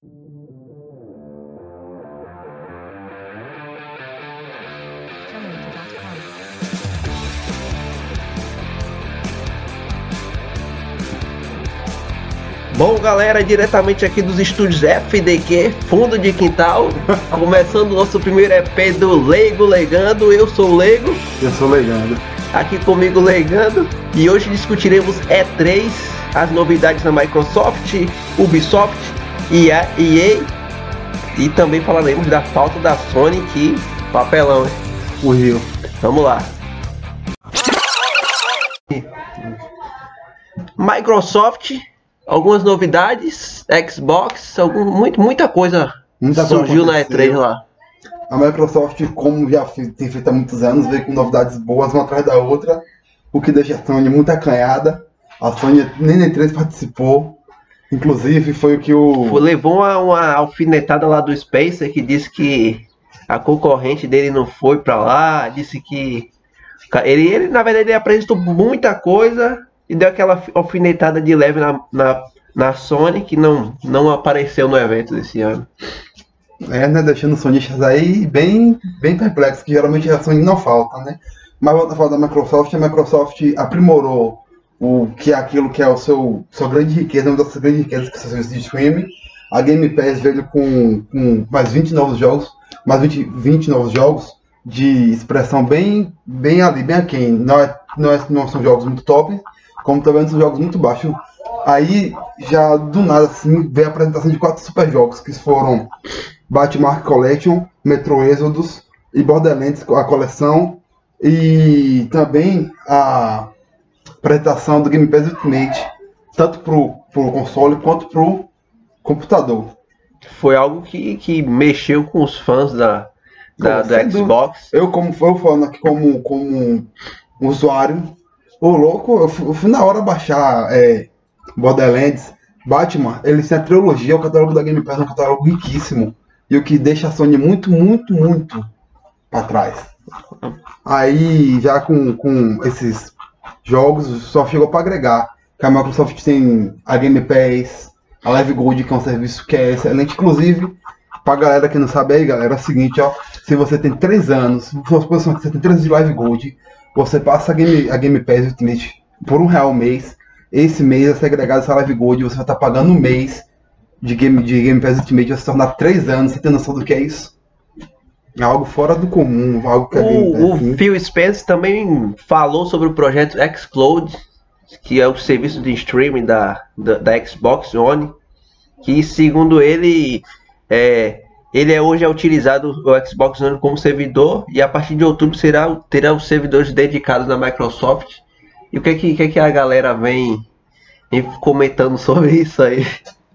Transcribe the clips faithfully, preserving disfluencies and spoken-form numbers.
Bom, galera, diretamente aqui dos estúdios F D Q, fundo de quintal, começando o nosso primeiro E P do Leigo Legando. Eu sou o Leigo. Eu sou o Legando. Aqui comigo Legando. E hoje discutiremos E três, as novidades da Microsoft, Ubisoft e a E A. E também falaremos da falta da Sony, que papelão, hein? O Rio. Vamos lá. Microsoft, algumas novidades, Xbox, algum, muito, muita coisa muita surgiu coisa na E três lá. A Microsoft, como já tem feito há muitos anos, veio com novidades boas uma atrás da outra, o que deixa a Sony muito acanhada. A Sony nem na E três participou, inclusive foi o que o... Levou uma, uma alfinetada lá do Spencer, que disse que a concorrente dele não foi pra lá, disse que... Ele, ele na verdade, ele apresentou muita coisa e deu aquela alfinetada de leve na, na, na Sony, que não, não apareceu no evento desse ano. É, né, deixando os sonistas aí bem, bem perplexos, que geralmente a Sony não falta, né? Mas volta a falar da Microsoft, a Microsoft aprimorou o que é aquilo que é o seu sua grande riqueza, uma das suas grandes riquezas, que são os serviços de streaming. A Game Pass veio com, com mais vinte novos jogos, mais vinte, vinte novos jogos de expressão bem, bem ali, bem aquém. Não, é, não, é, não são jogos muito top, como também são jogos muito baixos. Aí, já do nada, assim, veio a apresentação de quatro super jogos, que foram Batman Collection, Metro Exodus e Borderlands, a coleção, e também a apresentação do Game Pass Ultimate, tanto pro, pro console quanto pro computador. Foi algo que, que mexeu com os fãs da, da, do Xbox. Eu, como eu falando aqui como, como um usuário, o louco, eu fui, eu fui na hora baixar é, Borderlands, Batman, ele tem a trilogia, o catálogo da Game Pass é um catálogo riquíssimo, e o que deixa a Sony muito, muito, muito para trás. Aí, já com, com esses jogos, só chegou para agregar, que a Microsoft tem a Game Pass, a Live Gold, que é um serviço que é excelente, inclusive, pra galera que não sabe aí, galera, é o seguinte, ó, se você tem três anos, suas posições que você tem três anos de Live Gold, você passa a Game, a Game Pass Ultimate por um real mês, esse mês é segregado essa Live Gold, você vai estar pagando um mês de Game, de Game Pass Ultimate, vai se tornar três anos, você tem noção do que é isso? É algo fora do comum, algo que a Game Pass... O, o Phil Spencer também falou sobre o projeto xCloud, que é o serviço de streaming da, da, da Xbox One, que segundo ele, é, ele é hoje é utilizado o Xbox One como servidor, e a partir de outubro será, terá os servidores dedicados da Microsoft. E o que, que, que, que a galera vem, vem comentando sobre isso aí?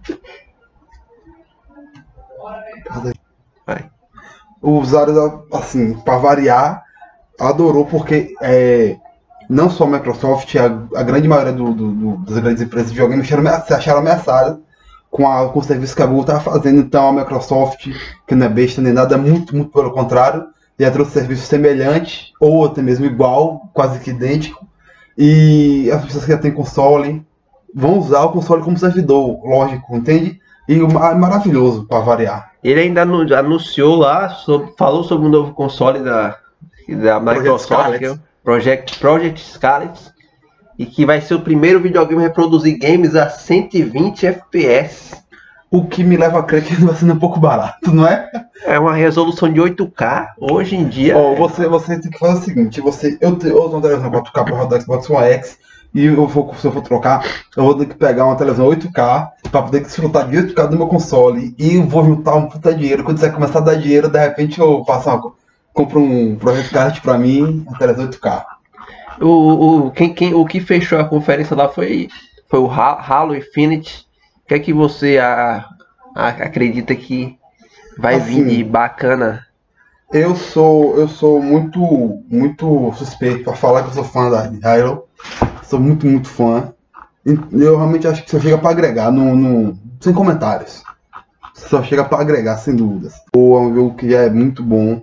Vai. O usuário, assim, para variar, adorou, porque é, não só a Microsoft, a, a grande maioria do, do, do, das grandes empresas de videogame se acharam ameaçadas com, a, com o serviço que a Google estava fazendo. Então a Microsoft, que não é besta nem nada, muito, muito pelo contrário, já trouxe serviço semelhante, ou até mesmo igual, quase que idêntico. E as pessoas que já têm console vão usar o console como servidor, lógico, entende? E é maravilhoso, para variar. Ele ainda anunciou lá, sobre, falou sobre o novo console da, da Microsoft, que é o Project, Project Scarlet, e que vai ser o primeiro videogame a reproduzir games a cento e vinte F P S. O que me leva a crer que vai ser um pouco barato, não é? É uma resolução de oito K, hoje em dia... Oh, você, você tem que fazer o seguinte, você, eu, te, eu tenho uma televisão quatro K para rodar o Xbox One X, e eu vou, se eu for trocar, eu vou ter que pegar uma televisão oito K para poder desfrutar de oito K do meu console, e eu vou juntar um puta dinheiro. Quando você começar a dar dinheiro, de repente eu faço uma, compro um Project Scarlet para mim, uma televisão oito K. O, o, quem, quem, o que fechou a conferência lá foi, foi o Halo Infinite. O que é que você a, a, acredita que vai assim, vir de bacana? Eu sou, eu sou muito, muito suspeito para falar que eu sou fã da Halo. Sou muito, muito fã. Eu realmente acho que só chega para agregar, no, no, sem comentários. Só chega para agregar, sem dúvidas. Ou é um jogo que já é muito bom.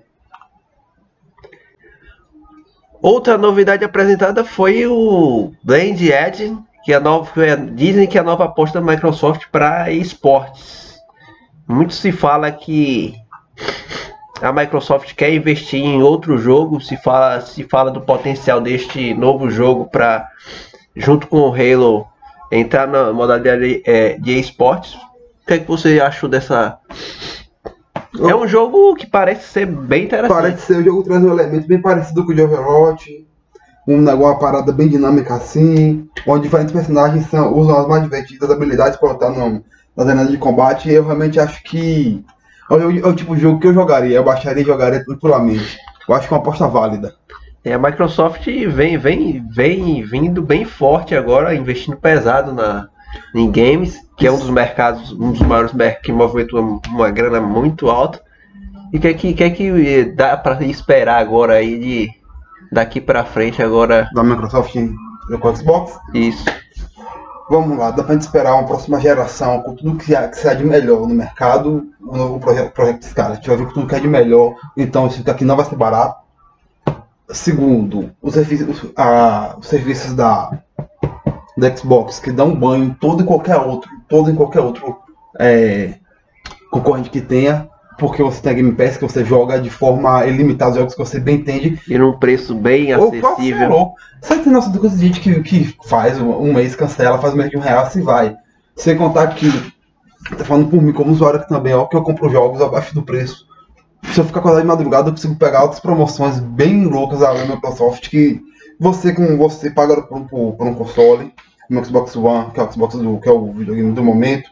Outra novidade apresentada foi o Blade Edge, que é a nova, dizem que é a nova aposta da Microsoft para esportes. muito se fala que a Microsoft quer investir em outro jogo, se fala, se fala do potencial deste novo jogo para, junto com o Halo, entrar na modalidade é, de esportes. O que é que você achou dessa... É um jogo que parece ser bem interessante. Parece ser, o jogo traz um elemento bem parecido com o de Overwatch, um, uma parada bem dinâmica assim, onde diferentes personagens são, usam as mais divertidas habilidades para lutar no, nas arenas de combate. E eu realmente acho que é o, é o tipo de jogo que eu jogaria, eu baixaria e jogaria tranquilamente. Eu acho que é uma aposta válida. É, a Microsoft vem, vem, vem vindo bem forte agora, investindo pesado na, em games, que é um dos mercados, um dos maiores mercados que movimentou uma, uma grana muito alta. E o que é que, que, é que dá para esperar agora aí de daqui para frente agora? Da Microsoft com o Xbox? Isso. Vamos lá, dá pra gente esperar uma próxima geração com tudo que há, que há de melhor no mercado, o novo projeto, projeto Scarlet. A gente vai ver tudo que há de melhor, então isso aqui não vai ser barato. Segundo, os serviços, a, os serviços da, da Xbox que dão banho em todo e qualquer outro, todo e qualquer outro é, concorrente que tenha, porque você tem a Game Pass que você joga de forma ilimitada os jogos que você bem entende. E num preço bem acessível. Opa, você tem nossa coisa de gente que, que faz um mês, cancela, faz meio de um real, assim vai. Sem contar que, tá falando por mim como usuário aqui também, ó, que eu compro jogos abaixo do preço. Se eu ficar acordado de madrugada, eu consigo pegar outras promoções bem loucas da Microsoft que você, com você paga por um, por um console, no Xbox One, que é o Xbox do, que é o videogame do momento,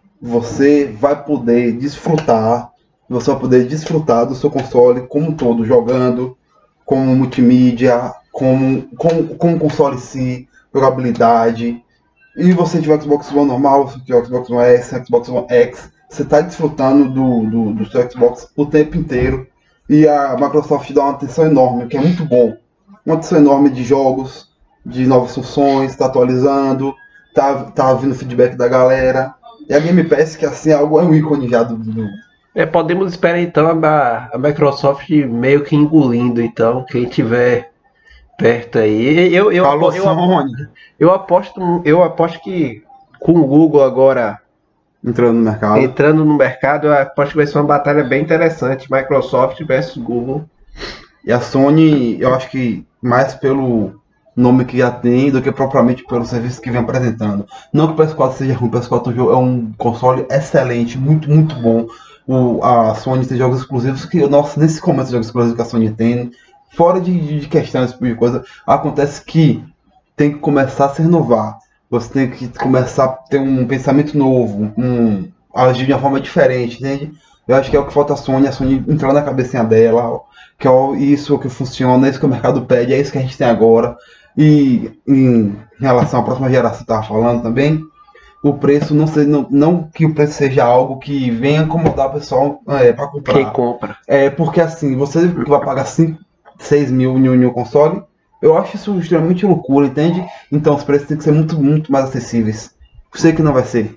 você vai poder desfrutar, você vai poder desfrutar do seu console como um todo, jogando, como multimídia, como, como, como console em si, jogabilidade. E você tiver Xbox One normal, se tiver Xbox One S, Xbox One X, você está desfrutando do, do, do seu Xbox o tempo inteiro. E a Microsoft dá uma atenção enorme, que é muito bom. Uma atenção enorme de jogos, de novas funções, está atualizando, tá, tá vindo feedback da galera. E a Game Pass, que assim é algo, é um ícone já do... do... É, podemos esperar então a, a Microsoft meio que engolindo, então, quem tiver perto aí. Eu, eu, Alô, eu, eu, eu, aposto, eu aposto que com o Google agora entrando no mercado, entrando no mercado, eu aposto que vai ser uma batalha bem interessante, Microsoft versus Google. E a Sony, eu acho que mais pelo nome que já tem do que propriamente pelo serviço que vem apresentando. Não que o P S quatro seja ruim, o P S quatro é um console excelente, muito, muito bom. O, a Sony tem jogos exclusivos que, nossa, nesse começo de jogos exclusivos que a Sony tem, fora de, de questão, esse tipo de coisa, acontece que tem que começar a se renovar. Você tem que começar a ter um pensamento novo, um, agir de uma forma diferente, entende? Eu acho que é o que falta a Sony, a Sony entrar na cabecinha dela, que é isso que funciona, é isso que o mercado pede, é isso que a gente tem agora. E em relação à próxima geração que eu estava falando também, o preço não, seja, não, não que o preço seja algo que venha incomodar o pessoal é, para comprar. Quem compra. É, porque assim, você que vai pagar cinco, seis mil em um console, eu acho isso extremamente loucura, entende? Então os preços têm que ser muito, muito mais acessíveis. Sei que não vai ser.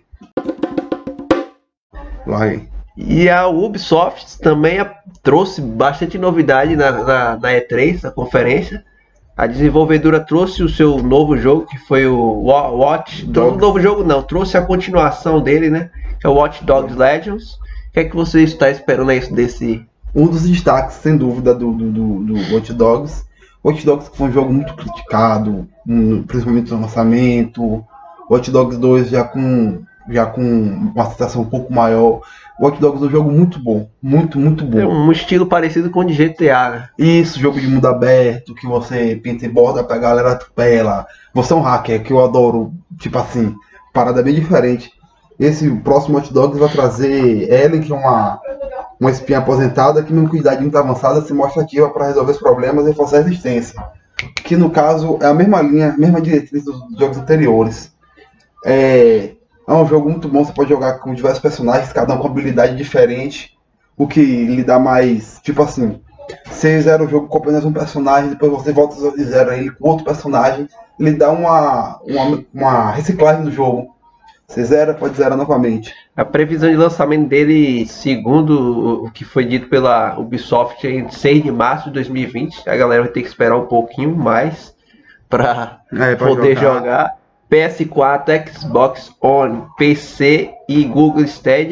Vai. E a Ubisoft também trouxe bastante novidade na, na, na E três, na conferência. A desenvolvedora trouxe o seu novo jogo, que foi o Watch Dogs. Novo jogo não, trouxe a continuação dele, né? Que é o Watch Dogs Legends. O que é que você está esperando aí desse? Um dos destaques, sem dúvida, do, do, do, do Watch Dogs. Watch Dogs foi um jogo muito criticado, principalmente no lançamento. Watch Dogs dois já com, já com uma aceitação um pouco maior. Watch Dogs é um jogo muito bom, muito, muito bom. É um estilo parecido com o de G T A, né? Isso, jogo de mundo aberto, que você pinta e borda pra galera atropela. Você é um hacker, que eu adoro, tipo assim, parada bem diferente. Esse próximo Watch Dogs vai trazer Ellen, que é uma, uma espiã aposentada, que mesmo com idade muito avançada se mostra ativa para resolver os problemas e forçar a resistência. Que no caso é a mesma linha, a mesma diretriz dos jogos anteriores. É... É um jogo muito bom, você pode jogar com diversos personagens, cada um com habilidade diferente, o que lhe dá mais, tipo assim, você zera o jogo com apenas um personagem, depois você volta e zera ele com outro personagem, lhe dá uma, uma, uma reciclagem do jogo. Você zera, pode zerar novamente. A previsão de lançamento dele, segundo o que foi dito pela Ubisoft, é em seis de março de dois mil e vinte. A galera vai ter que esperar um pouquinho mais para é, poder jogar. jogar. P S quatro, Xbox One, P C e Google Stadia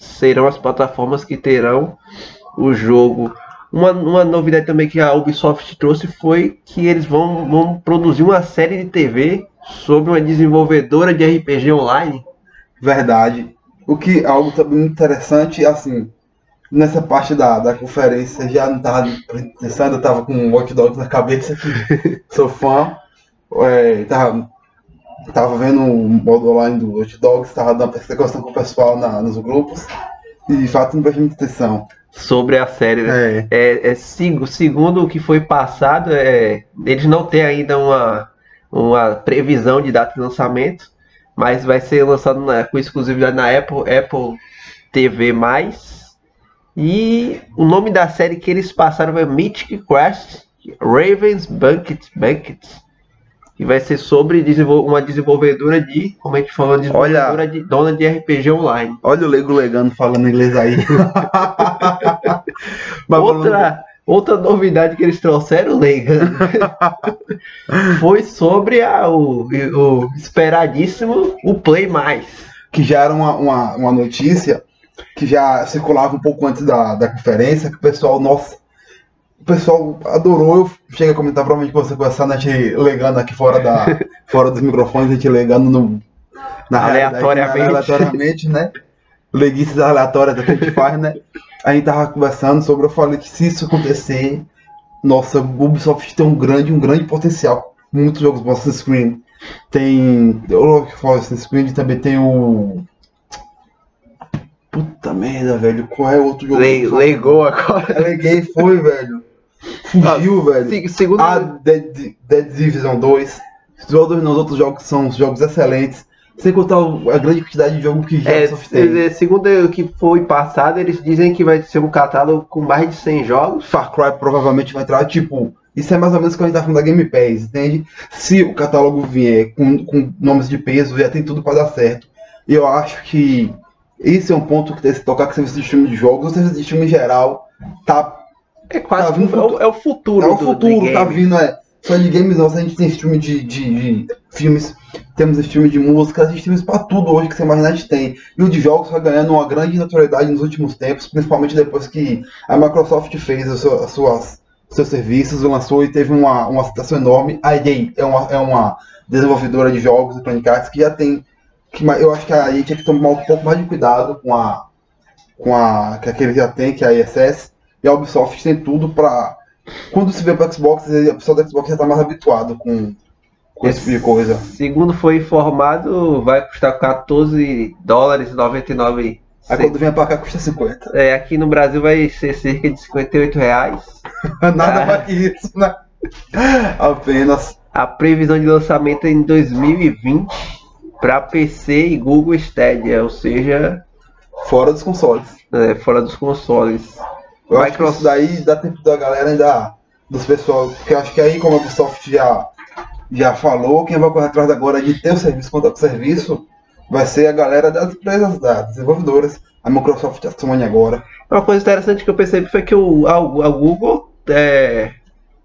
serão as plataformas que terão o jogo. Uma, uma novidade também que a Ubisoft trouxe foi que eles vão, vão produzir uma série de T V sobre uma desenvolvedora de R P G online. Verdade. O que é algo também muito interessante, assim, nessa parte da, da conferência já não estava pensando, eu estava com um Watch Dogs na cabeça, que sou fã, é, tava, tava vendo o modo online do Watch Dogs, estava dando perseguição com o pessoal na, nos grupos, e de fato não prestei muita atenção. Sobre a série, né? É. É, é, segundo o que foi passado, é, eles não têm ainda uma, uma previsão de data de lançamento, mas vai ser lançado na, com exclusividade na Apple, Apple T V mais. E o nome da série que eles passaram é Mythic Quest Raven's Banquet, Banquet, que vai ser sobre desenvol uma desenvolvedora de, como a gente falou, desenvolvedora Olha, de dona de R P G online. Olha o Lego Legando falando inglês aí. outra, outra novidade que eles trouxeram, Legando, foi sobre a, o, o esperadíssimo o Play Mais. Que já era uma, uma, uma notícia que já circulava um pouco antes da, da conferência, que o pessoal, nossa, o pessoal adorou. Eu cheguei a comentar, provavelmente você conversando, a gente legando aqui fora, da, fora dos microfones, a gente legando no, na aleatoriamente. Na, aleatoriamente, né? Leguices aleatórias que a gente faz, né? A gente tava conversando sobre, eu falei que se isso acontecer, nossa, o Ubisoft tem um grande, um grande potencial. Muitos jogos bons Assassin's Creed. Tem. Eu falo Assassin's Creed, também tem o. Puta merda, velho. Qual é o outro jogo? Le, legou agora. Leguei, foi, velho. Fugiu, ah, velho. Segundo... A Dead, Dead Division dois. Todos os outros jogos são jogos excelentes. Sem contar a grande quantidade de jogo que já é, tem. Segundo o que foi passado, eles dizem que vai ser um catálogo com mais de cem jogos. Far Cry provavelmente vai entrar, tipo, isso é mais ou menos o que a gente tá falando da Game Pass, entende? Se o catálogo vier com, com nomes de peso, já tem tudo para dar certo. E eu acho que esse é um ponto que tem que se tocar com o serviço de streaming de jogos, o serviço de streaming em geral, tá... É quase tá vindo, é, o, é o futuro. É o futuro, do, tá vindo, é. Só de games não, a gente tem streaming de, de, de filmes, temos streaming de música, tem streams pra tudo hoje que você imaginar a gente tem. E o de jogos vai ganhando uma grande notoriedade nos últimos tempos, principalmente depois que a Microsoft fez as suas, as suas seus serviços, lançou e teve uma, uma aceitação enorme. A E A é uma, é uma desenvolvedora de jogos, Electronic Arts, que já tem, que eu acho que a E A tinha que tomar um pouco mais de cuidado com a, com a que aquele já tem, que é a I S S, e a Ubisoft tem tudo pra... Quando se vê para Xbox, a pessoa da Xbox já está mais habituado com, com esse tipo de coisa. Segundo foi informado, vai custar quatorze dólares e noventa e nove. Aí quando vem para cá custa cinquenta. É, aqui no Brasil vai ser cerca de cinquenta e oito reais. Nada ah. mais que isso, né? Apenas. A previsão de lançamento é em dois mil e vinte para P C e Google Stadia, ou seja... Fora dos consoles. É, fora dos consoles. Eu acho que isso daí dá tempo da galera ainda, dos pessoal, porque eu acho que aí, como a Ubisoft já, já falou, quem vai correr atrás agora de ter o serviço, contar com o serviço, vai ser a galera das empresas, das desenvolvedoras, a Microsoft e a Sony agora. Uma coisa interessante que eu percebi foi que o, a, a Google, é,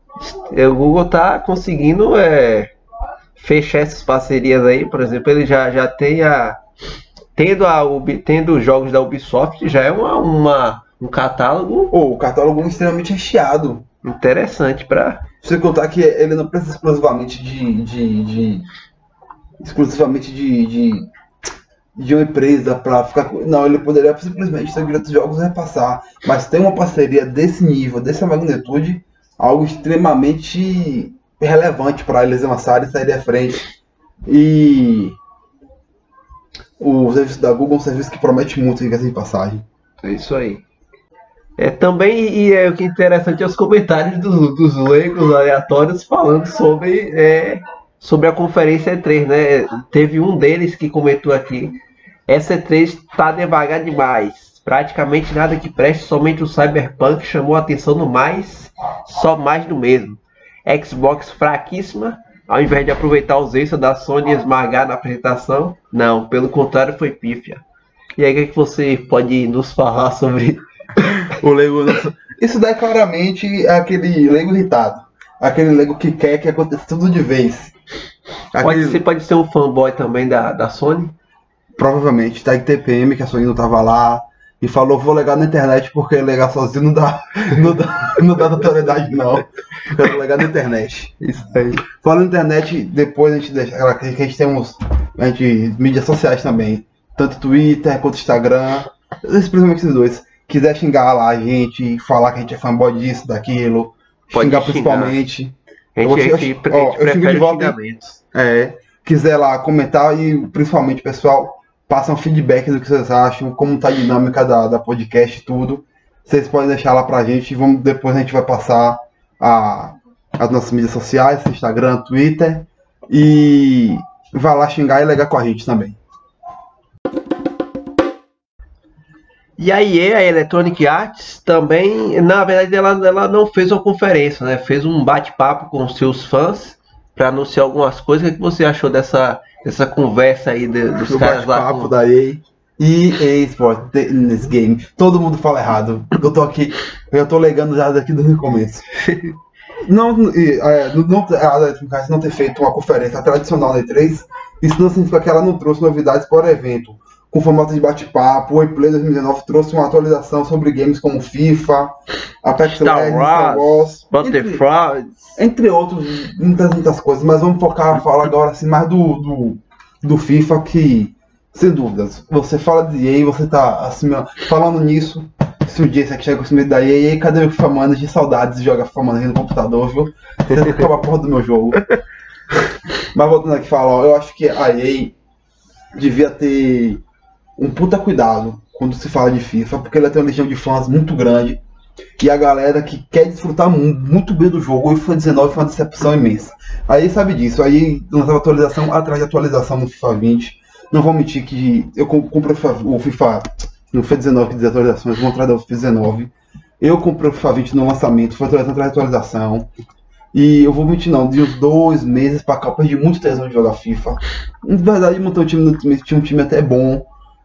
o Google tá conseguindo é, fechar essas parcerias aí, por exemplo, ele já, já tem a, tendo, a, tendo os jogos da Ubisoft, já é uma... uma um catálogo. Oh, o catálogo é extremamente recheado. Interessante para. Você contar que ele não precisa exclusivamente de. de, de exclusivamente de, de. de uma empresa para ficar. Não, ele poderia simplesmente ter direito de jogos e repassar. Mas tem uma parceria desse nível, dessa magnitude, algo extremamente relevante para eles lançarem e saírem à frente. E. O serviço da Google é um serviço que promete muito, diga-se de passagem. É isso aí. É, também, e é o que é interessante é os comentários do, dos leigos aleatórios falando sobre, é, sobre a conferência E três, né? Teve um deles que comentou aqui, essa E três tá devagar demais, praticamente nada que preste, somente o Cyberpunk chamou a atenção no mais, só mais do mesmo. Xbox fraquíssima, ao invés de aproveitar a ausência da Sony e esmagar na apresentação, não, pelo contrário foi pífia. E aí, o que você pode nos falar sobre o Lego? Isso daí claramente é aquele Lego irritado. Aquele Lego que quer que aconteça tudo de vez. Aquele... Pode, você pode ser um fanboy também da, da Sony? Provavelmente. Tá em T P M, que a Sony não tava lá. e falou, vou legar na internet, porque legar sozinho não dá, não dá, não dá notoriedade não. Eu vou legar na internet. Isso aí. Falando na internet, depois a gente deixa, que a gente temos a gente, mídias sociais também, tanto Twitter quanto Instagram, principalmente esses dois. Quiser xingar lá a gente, falar que a gente é fanboy disso, daquilo, Pode xingar xingar. principalmente. A Eu vou gente, a te- gente, ó, a gente eu xingo de prefere volta, hein? xingamentos. É, quiser lá comentar e principalmente, pessoal, passam feedback do que vocês acham, como tá a dinâmica da, da podcast e tudo. Vocês podem deixar lá pra gente, vamos, depois a gente vai passar a, as nossas mídias sociais, Instagram, Twitter, e vai lá xingar e ligar com a gente também. E a E A, a Electronic Arts, também, na verdade, ela, ela não fez uma conferência, né? Fez um bate-papo com seus fãs para anunciar algumas coisas. O que você achou dessa, dessa conversa aí de- dos No caras lá? bate-papo Com... da E A. E A Sport nesse game. Todo mundo fala errado. Eu tô aqui, eu tô legando já daqui desde o começo. Não, e, é, não, não, a Electronic Arts não ter feito uma conferência tradicional na E três, isso não significa que ela não trouxe novidades para o evento. Com formato de bate-papo, o E-Play dois mil e dezenove trouxe uma atualização sobre games como FIFA, Apex Star Legends, Star Wars, Wars, entre, Butterfly. entre outros, muitas, muitas coisas, mas vamos focar, falar agora assim, mais do, do, do FIFA, que, sem dúvidas, você fala de E A, você tá assim, ó, falando nisso, se o dia você chega com esse medo da E A, e aí, cadê o FIFA Manager? Saudades de jogar FIFA Manager no computador, viu? Você acaba a porra do meu jogo. Mas voltando aqui falar, ó, eu acho que a E A devia ter um puta cuidado quando se fala de FIFA, porque ela tem uma legião de fãs muito grande e a galera que quer desfrutar mu- muito bem do jogo. O FIFA dezenove foi uma decepção imensa. Aí sabe disso, aí lançava atualização atrás de atualização no FIFA vinte. Não vou mentir que eu com- comprei o FIFA, o FIFA no FIFA dezenove que diz atualizações, vou atrás do FIFA dezenove. Eu comprei o FIFA vinte no lançamento, foi atualização atrás de atualização. E eu vou mentir não, de uns dois meses pra cá eu perdi muito tesão de jogar FIFA. Na verdade, montei um time, no time- tinha um time até bom.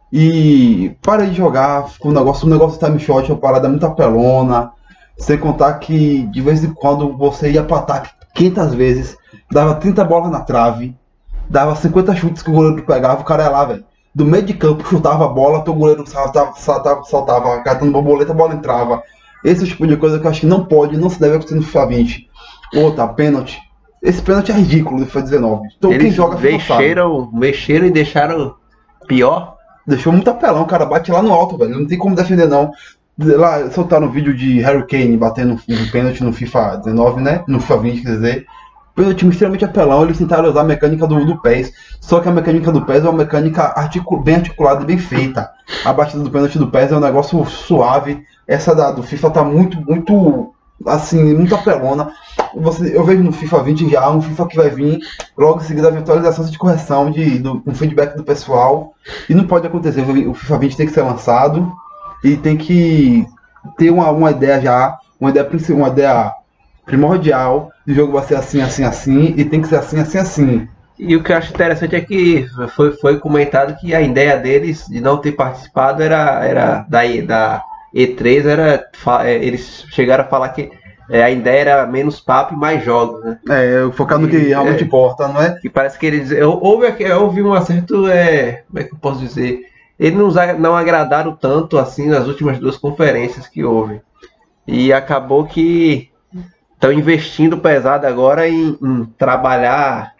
E parei de jogar, ficou um negócio, um negócio time shot, uma parada muito apelona. Sem contar que de vez em quando você ia pro ataque quinhentas vezes, dava trinta bolas na trave, dava cinquenta chutes que o goleiro pegava, o cara ia lá, velho. Do meio de campo, chutava a bola, teu goleiro saltava, saltava, saltava catando borboleta, a bola entrava. Esse tipo de coisa que eu acho que não pode, não se deve acontecer no FIFA vinte. Outra, pênalti. Esse pênalti é ridículo do FIFA dezenove. Então quem Eles joga FIFA sabe. mexeram, mexeram e deixaram pior. Deixou muito apelão, o cara bate lá no alto, velho. Não tem como defender, não. Lá soltaram um vídeo de Harry Kane batendo um pênalti no FIFA dezenove, né? No FIFA vinte, quer dizer. Pênalti extremamente apelão, eles tentaram usar a mecânica do, do P E S. Só que a mecânica do P E S é uma mecânica articu- bem articulada e bem feita. A batida do pênalti do P E S é um negócio suave. Essa da, do FIFA tá muito, muito, assim, muito apelona. Você, eu vejo no FIFA vinte já um FIFA que vai vir logo em seguida, atualizações de correção de, do, com feedback do pessoal. E não pode acontecer, o FIFA vinte tem que ser lançado e tem que ter uma, uma ideia já, uma ideia, princi- uma ideia primordial, o jogo vai ser assim, assim, assim, e tem que ser assim, assim, assim. E o que eu acho interessante é que foi, foi comentado que a ideia deles de não ter participado era, era da, E- da E três, era, fa- é, eles chegaram a falar que é, a ideia era menos papo e mais jogos, né? É, focar no que E, realmente é. importa, não é? E parece que eles. Eu, houve, aqui- eu ouvi um acerto. É, como é que eu posso dizer? Eles não, a- não agradaram tanto assim nas últimas duas conferências que houve. E acabou que estão investindo pesado agora em, em trabalhar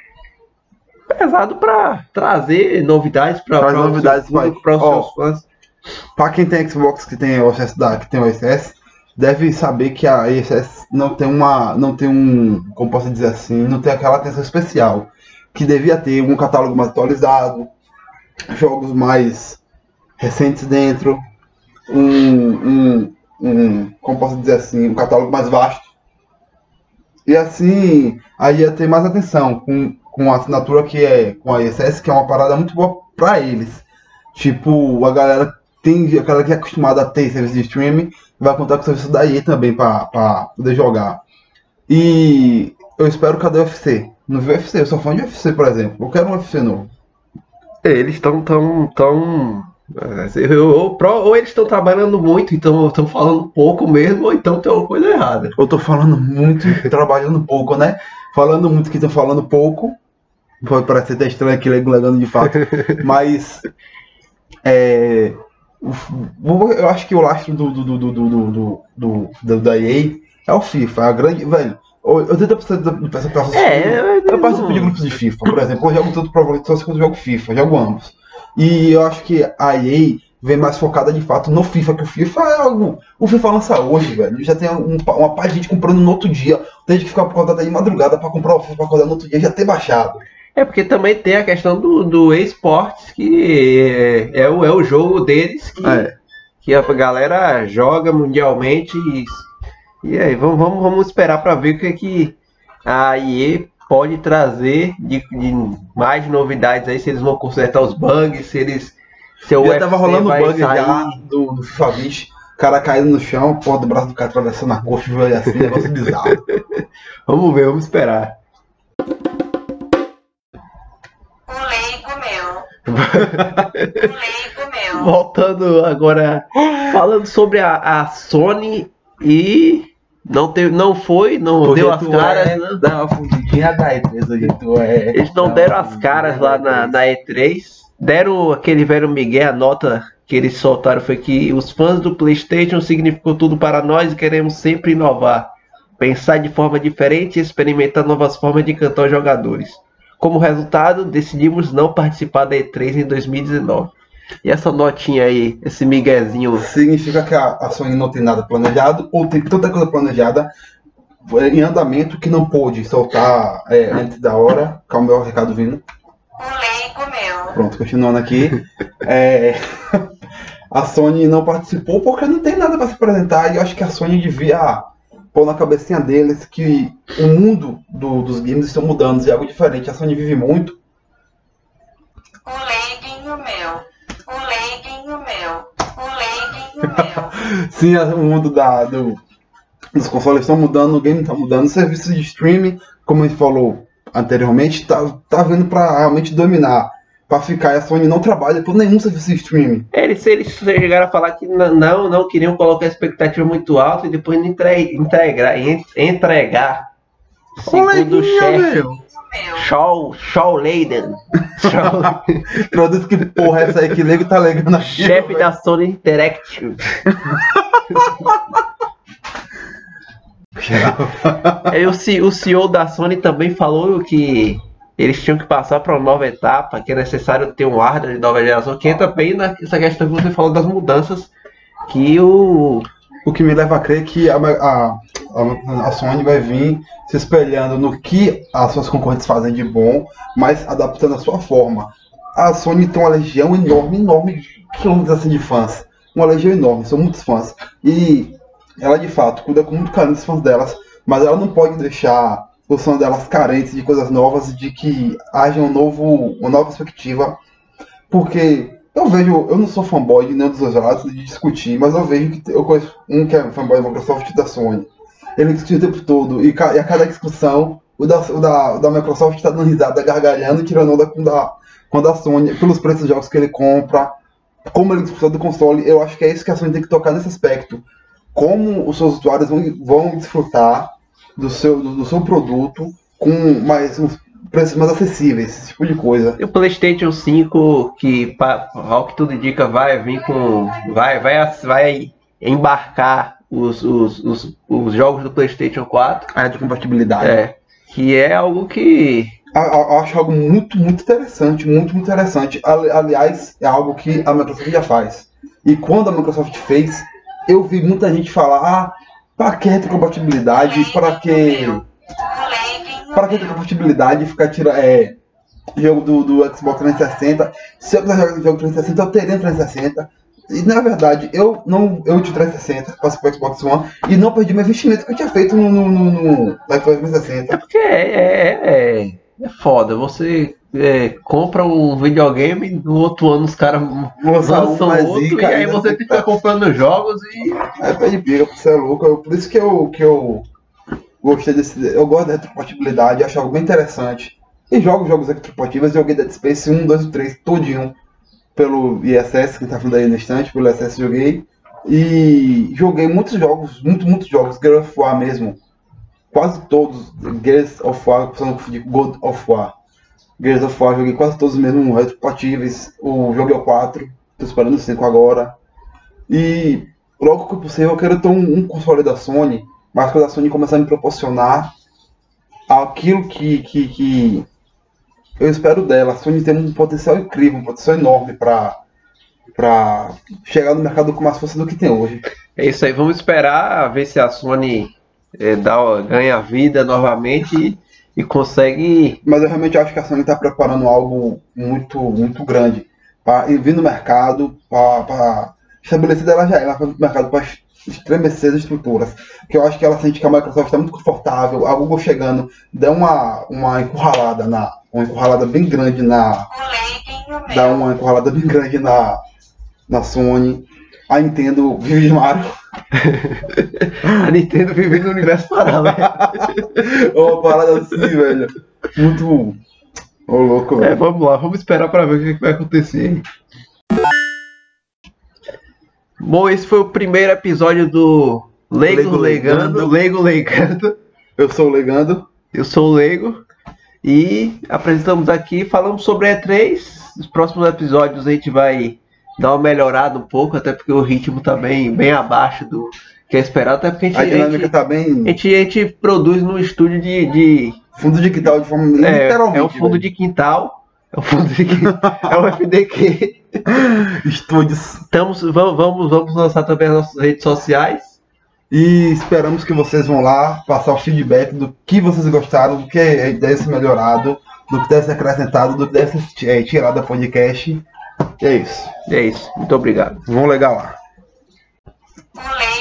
pesado para trazer novidades para Traz o novidades, seu público, para os ó. seus fãs. Pra quem tem Xbox que tem o S S da, que tem o S S, deve saber que a E S S não tem uma, não tem um, como posso dizer assim, não tem aquela atenção especial que devia ter, um catálogo mais atualizado, jogos mais recentes dentro, um, um, um como posso dizer assim, um catálogo mais vasto. E assim, aí ia ter mais atenção com, com a assinatura que é com a E S S, que é uma parada muito boa pra eles. Tipo, a galera tem a galera que é acostumada a ter serviço de streaming, vai contar com o serviço da E A também pra, pra poder jogar. E eu espero cadê o U F C? Não vi o U F C, eu sou fã de U F C, por exemplo. Eu quero um U F C novo. Eles estão tão, tão, eu- ou, pro- ou eles estão trabalhando muito, então estão falando pouco mesmo, ou então tem alguma coisa errada. Eu tô falando muito e trabalhando pouco, né? Falando muito que tô falando pouco. Pode parecer até estranho aqui legando de fato. Mas é, Eu acho que o lastro do, do, do, do, do, do, do, do da E A é o FIFA, é a grande. Velho, oitenta por cento do pessoal que É, eu, eu participo de grupos de FIFA, por exemplo, eu jogo tanto Pro Evolution Soccer quanto jogo FIFA, jogo ambos. E eu acho que a E A vem mais focada de fato no FIFA, que o FIFA é algo. O FIFA lança hoje, velho. Já tem um, uma parte de gente comprando no outro dia. Tem gente que fica acordada de madrugada pra comprar o FIFA pra acordar no outro dia já ter baixado. É porque também tem a questão do, do esportes, que é, é, o, é o jogo deles que, É. que a galera joga mundialmente. E, e aí, vamos, vamos, vamos esperar para ver o que, é que a E A pode trazer de, de mais novidades aí, se eles vão consertar os bugs, se eles. Se o Já tava rolando bug sair... já do, do FIFA vinte, o cara caindo no chão, porra do braço do cara atravessando a coxa, velho, assim, negócio bizarro. Vamos ver, vamos esperar. Um leigo meu. Um leigo meu. Voltando agora, falando sobre a, a Sony e não, teve, não foi, não Porque deu as caras, é, né? dá uma fugidinha da E três, hoje tu é. Eles não dá deram uma as fugidinha caras da lá na, E três. na E três, deram aquele velho migué, a nota que eles soltaram foi que os fãs do PlayStation significou tudo para nós e queremos sempre inovar, pensar de forma diferente e experimentar novas formas de encantar os jogadores. Como resultado, decidimos não participar da E três em dois mil e dezenove. E essa notinha aí, esse miguezinho, Significa que a, a Sony não tem nada planejado, ou tem tanta coisa planejada é, em andamento que não pôde soltar é, antes da hora. Calma, meu recado vindo. Um leigo meu. Pronto, continuando aqui. É, a Sony não participou porque não tem nada para se apresentar, e eu acho que a Sony devia pôr na cabecinha deles que o mundo do, dos games estão mudando, é algo diferente. A Sony vive muito. Um leiguinho meu. Um leiguinho meu. Um leiguinho meu. Sim, o mundo da, do, dos consoles estão mudando, o game está mudando, o serviço de streaming, como a gente falou anteriormente, tá, tá vindo para realmente dominar, para ficar. E a Sony não trabalha por nenhum serviço de streaming. eles, eles chegaram a falar que n- não, não queriam colocar a expectativa muito alta e depois não entre, entregar, en- entregar. Segundo o chefe, Meu. Shaw, Shaw Leiden, Shaw- Traduz que porra é essa aí que nego tá legando aqui. chefe da Sony Interactive. Aí o, C- o C E O da Sony também falou que eles tinham que passar para uma nova etapa, que é necessário ter um hardware de nova geração, que entra bem nessa questão que você falou das mudanças que o... O que me leva a crer que a, a, a, a Sony vai vir se espelhando no que as suas concorrentes fazem de bom, mas adaptando a sua forma. A Sony tem uma legião enorme, enorme de quilômetros assim de fãs. Uma legião enorme, são muitos fãs. E ela de fato cuida com muito carinho dos fãs delas, mas ela não pode deixar os fãs delas carentes de coisas novas e de que haja um novo, uma nova perspectiva. Porque eu vejo, eu não sou fanboy de nenhum dos dois lados de discutir, mas eu vejo que eu conheço um que é fanboy da Microsoft e da Sony. Ele discute o tempo todo, e, ca- e a cada discussão, o da, o da, o da Microsoft está dando risada, gargalhando e tirando onda com o da, com o da Sony, pelos preços dos jogos que ele compra, como ele disputa do console. Eu acho que é isso que a Sony tem que tocar nesse aspecto. Como os seus usuários vão, vão desfrutar do seu, do, do seu produto com mais, uns preços mais acessíveis, esse tipo de coisa. E o PlayStation cinco, que pa- ao que tudo indica vai vir com... Vai, vai, vai embarcar os, os, os, os jogos do PlayStation quatro. A de compatibilidade. É, que é algo que... A- a- Eu acho algo muito, muito interessante, muito, muito interessante. Ali- Aliás, é algo que a Microsoft já faz. E quando a Microsoft fez, eu vi muita gente falar, ah, pra que retrocompatibilidade, pra que... Um leiguinho Para que retrocompatibilidade ficar tirando é, jogo do, do Xbox trezentos e sessenta? Se eu quiser jogar jogo trezentos e sessenta, eu teria um trezentos e sessenta. E na verdade, eu não eu tinha trezentos e sessenta, passei pro Xbox One e não perdi meu investimento que eu tinha feito no, no, no, no Xbox trezentos e É sessenta. porque é, é, é, é foda. Você é, compra um videogame, no outro ano os caras Lançar um lançam mais outro, zica, e aí ainda você tem que fica comprando jogos e... É pé de briga, você é louco. Eu- Por isso que eu, que eu gostei desse. Eu gosto da retrocompatibilidade, acho algo bem interessante. E jogo jogos retrocompatíveis, joguei Dead Space um, dois e três todinho pelo I S S, que tá falando aí na estante, pelo I S S joguei. E joguei muitos jogos, muito, muitos jogos, Gears of War mesmo. Quase todos, Gears of War, só não confundir com God of War. Gears of War, joguei quase todos mesmo retrocompatíveis. O joguei o quatro, tô esperando o cinco agora. E logo que possível eu quero ter um, um console da Sony, mas quando a Sony começar a me proporcionar aquilo que, que, que eu espero dela. A Sony tem um potencial incrível, um potencial enorme para para chegar no mercado com mais força do que tem hoje. É isso aí, vamos esperar ver se a Sony é, dá, ganha vida novamente e, e consegue. Mas eu realmente acho que a Sony está preparando algo muito, muito grande para vir no mercado, para estabelecer ela já, ela no mercado para estremecer as estruturas. Porque eu acho que ela sente que a Microsoft está muito confortável, a Google chegando, dá uma, uma encurralada, na, uma encurralada bem grande na. Dá uma encurralada bem grande na. na Sony. A Nintendo vive de Mario. A Nintendo vive no universo paralelo. Uma parada assim, velho. Muito. Ô, louco, velho. É, vamos lá, vamos esperar para ver o que, que vai acontecer. Bom, esse foi o primeiro episódio do Leigo Legando. Leigo Legando. Eu sou o Legando. Eu sou o Leigo. E apresentamos aqui, falamos sobre E três. Nos próximos episódios a gente vai dar uma melhorada um pouco, até porque o ritmo tá bem, bem abaixo do que é esperado, até porque a gente, a dinâmica a gente, tá bem. A gente, a gente produz num estúdio de, de. Fundo de quintal de forma. É, literalmente. É um fundo velho. de quintal. É um fundo de quintal. É o F D Q. Estúdios. Estamos, vamos, vamos, vamos lançar também as nossas redes sociais. E esperamos que vocês vão lá passar o feedback do que vocês gostaram, do que deve ser melhorado, do que deve ser acrescentado, do que deve ser é, tirado da podcast. E é isso. É isso. Muito obrigado. Vamos legal lá. O